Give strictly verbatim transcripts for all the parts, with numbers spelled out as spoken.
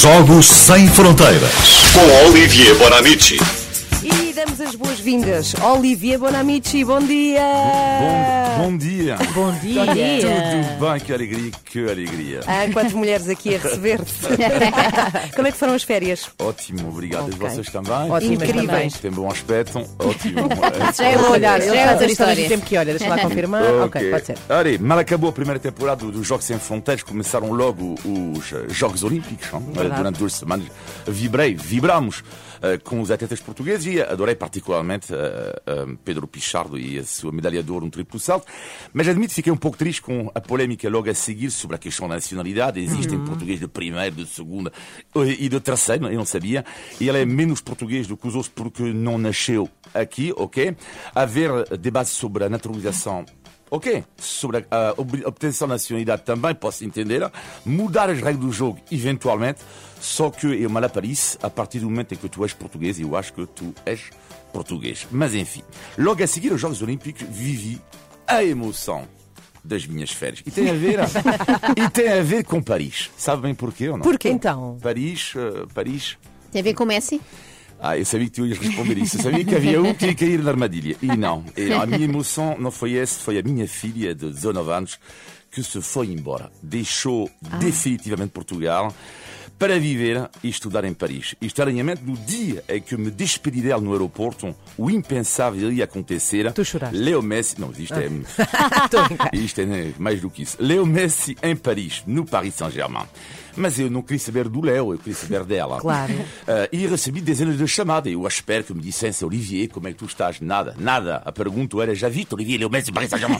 Jogos Sem Fronteiras, com Olivier Bonamici. E damos as boas-vindas. Olivier Bonamici, bom dia! Bom, bom dia! Bom dia! Tudo bem, que alegria, que alegria! Ah, quantas mulheres aqui a receber-te! Como é que foram as férias? Ótimo, obrigado. Okay. E vocês também? Ótimo, incríveis! Tem bom aspecto, ótimo. Já é olhar, já é outra história. O tempo que olha, deixa lá confirmar. Ok, ok, pode ser. Allez, mal acabou a primeira temporada dos Jogos Sem Fronteiras, começaram logo os Jogos Olímpicos. Não? Durante duas semanas vibrei, vibramos uh, com os atletas portugueses e adorei particularmente uh, uh, Pedro Pichardo e a sua medalha de ouro no triplo salto. Mas admito, fiquei um pouco triste com a polémica logo a seguir sobre a questão da nacionalidade. Existem uhum. português de primeiro, de segundo e de terceiro, eu não sabia. E ele é menos português do que os outros porque não nasceu aqui, ok? Haver debate sobre a naturalização, ok, sobre a, a obtenção da nacionalidade também posso entender, mudar as regras do jogo eventualmente, só que eu mal apareço a partir do momento em que tu és português e eu acho que tu és português. Mas enfim, logo a seguir aos Jogos Olímpicos vivi a emoção das minhas férias. E tem a ver, e tem a ver com Paris. Sabe bem porquê ou não? Porquê então? Paris, uh, Paris... Tem a ver com Messi? Ah, eu sabia que tu ias responder isso. Eu sabia que havia um que ia cair na armadilha. E não. E não. A minha emoção não foi essa, foi a minha filha de dezanove anos que se foi embora. Deixou ah. definitivamente Portugal para viver e estudar em Paris. E, estranhamente, no dia em que me despedi dela no aeroporto, o impensável ia acontecer. Tu choraste? Leo Messi... Não, isto é... Ah. isto é mais do que isso. Leo Messi em Paris, no Paris Saint-Germain. Mas eu não queria saber do Léo, eu queria saber dela. Claro. Uh, e recebi dezenas de chamadas. Eu espero que me dissessem, Olivier, como é que tu estás? Nada, nada. A pergunta era, já viste, Olivier, Leo Messi, Paris Saint-Germain?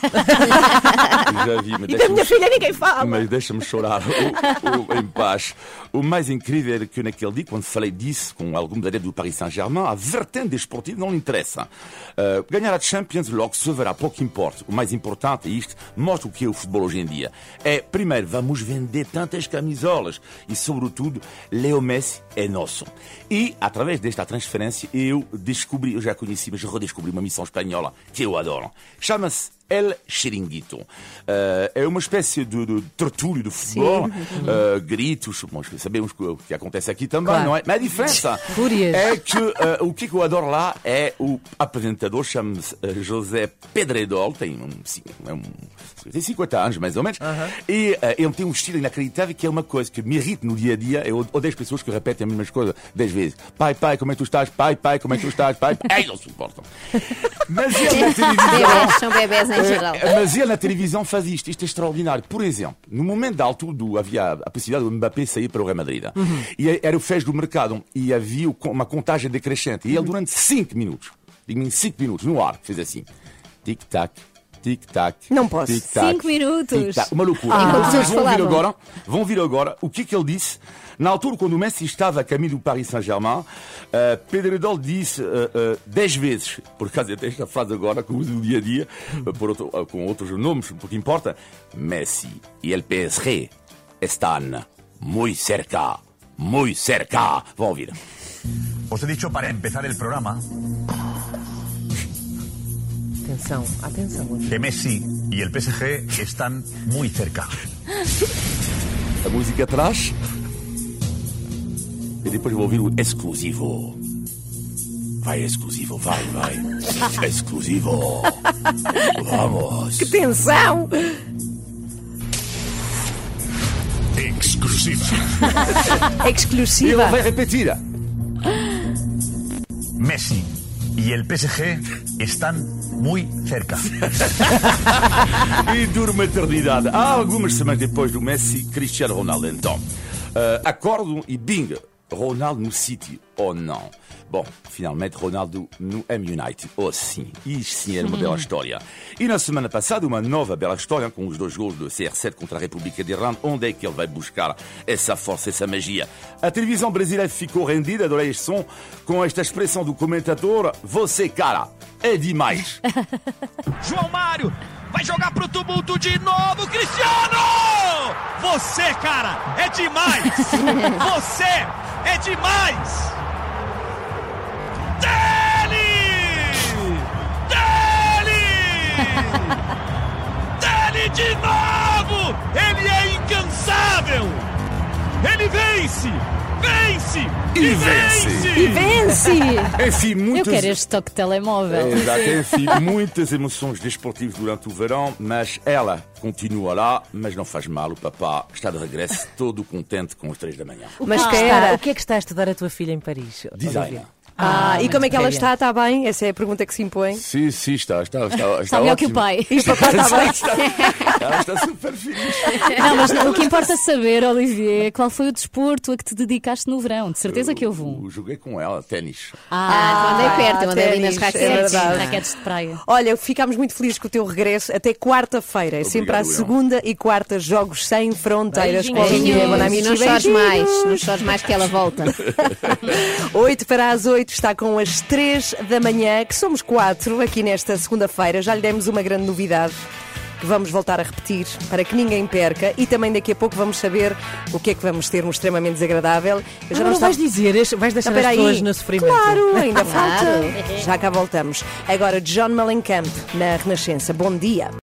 Já vi, mas e da minha filha ninguém fala. Mas deixa-me chorar o, o, em paz. O mais incrível é que naquele dia, quando falei disso com algum adepto do Paris Saint-Germain, a vertente desportiva não lhe interessa. Uh, ganhar a Champions logo se verá, pouco importa. O mais importante, e isto mostra o que é o futebol hoje em dia, é, primeiro, vamos vender tantas camisolas. E, sobretudo, Leo Messi é nosso. E, através desta transferência, eu descobri, eu já conheci, mas redescobri uma missão espanhola que eu adoro. Chama-se El Chiringuito. Uh, é uma espécie de, de tertúlio de futebol, uh, gritos, bom, sabemos o que acontece aqui também, claro. Não é? Mas a diferença é que uh, o que eu adoro lá é o apresentador, chama-se uh, José Pedredol, tem, um, é um, tem cinquenta anos mais ou menos, uh-huh. e uh, ele tem um estilo inacreditável que é uma coisa que me irrita no dia a dia. Eu odeio as pessoas que repetem as mesmas coisas dez vezes. Pai, pai, como é que tu estás? Pai, pai, como é que tu estás? Pai, pai. Ai, não suportam. Mas ele na televisão... São bebés em geral. É, mas ele na televisão faz isto, isto é extraordinário. Por exemplo, no momento da altura do, havia a possibilidade do Mbappé sair para o Real Madrid. Uhum. E era o fecho do mercado e havia uma contagem decrescente. E ele durante cinco minutos, digo-me cinco minutos, no ar, fez assim. Tic-tac, tic-tac. Não posso. Cinco minutos. Tic-tac. Uma loucura. Ah. Vocês vão vir agora, vão vir agora o que é que ele disse. Na altura, quando o Messi estava a caminho do Paris Saint-Germain, uh, Pedredol disse uh, uh, dez vezes, por causa desta frase agora, que uso no dia a dia, uh, por outro, uh, com outros nomes, o que importa, Messi e el P S G están muy cerca, muy cerca. Vão ouvir. Os he dicho para empezar el programa Atenção, atenção. que Messi y el P S G están muy cerca. A música atrás. E depois vou ouvir o exclusivo. Vai, exclusivo, vai, vai. Exclusivo. Vamos. Que tensão! Exclusiva. E Exclusiva. ele vai repetir. Messi y el P S G están muy cerca. E dura uma eternidade. Há algumas semanas depois do Messi, Cristiano Ronaldo, então. Uh, acordam e bingo. Ronaldo no City ou não? Bom, finalmente Ronaldo no M United. Oh sim, isto sim era uma bela história. E na semana passada uma nova bela história com os dois gols do C R sete contra a República de Irlanda. Onde é que ele vai buscar essa força, essa magia? A televisão brasileira ficou rendida de orelhas som com esta expressão do comentador: você, cara, é demais. João Mário vai jogar pro tumulto de novo, Cristiano! Você, cara, é demais! Você é demais! Dele! Dele! Dele de novo! Ele é incansável! Ele vem vence! Vence! E vence! E vence! Enfim, Eu muitas... quero este toque de telemóvel. Exato, enfim, muitas emoções desportivas durante o verão, mas ela continua lá, mas não faz mal, o papá está de regresso todo contente com os três da manhã. Mas Ah, que está. era? O que é que está a estudar a tua filha em Paris? Design. Olivia? Ah, e como é que ela muito está? Está bem? Essa é a pergunta que se impõe. Sim, sim, está, está, está, está Está melhor que o ótimo. pai. E o papá está bem? Ela está super feliz. Não, mas o que importa saber, Olivier, qual foi o desporto a que te dedicaste no verão? De certeza que houve um. Eu joguei com ela, ténis. Ah, Ah, andei perto, eu andei ali nas ténis, é raquetes, verdade. raquetes de praia. Olha, ficámos muito felizes com o teu regresso até quarta-feira. É sempre à Obrigado, eu. segunda e quarta, jogos sem fronteiras. Beijinhos. Com a Olivia Beijinhos, Bonamici. não chores Beijinhos. mais, não chores mais que ela volta. oito para as oito, está com as três da manhã, que somos quatro aqui nesta segunda-feira. Já lhe demos uma grande novidade que vamos voltar a repetir para que ninguém perca, e também daqui a pouco vamos saber o que é que vamos ter um extremamente desagradável. Eu Já não estava- vais dizer, es- vais deixar Não, as espera pessoas aí. no sofrimento. Claro, ainda Claro. falta. Já cá voltamos. Agora, John Mellencamp na Renascença. Bom dia.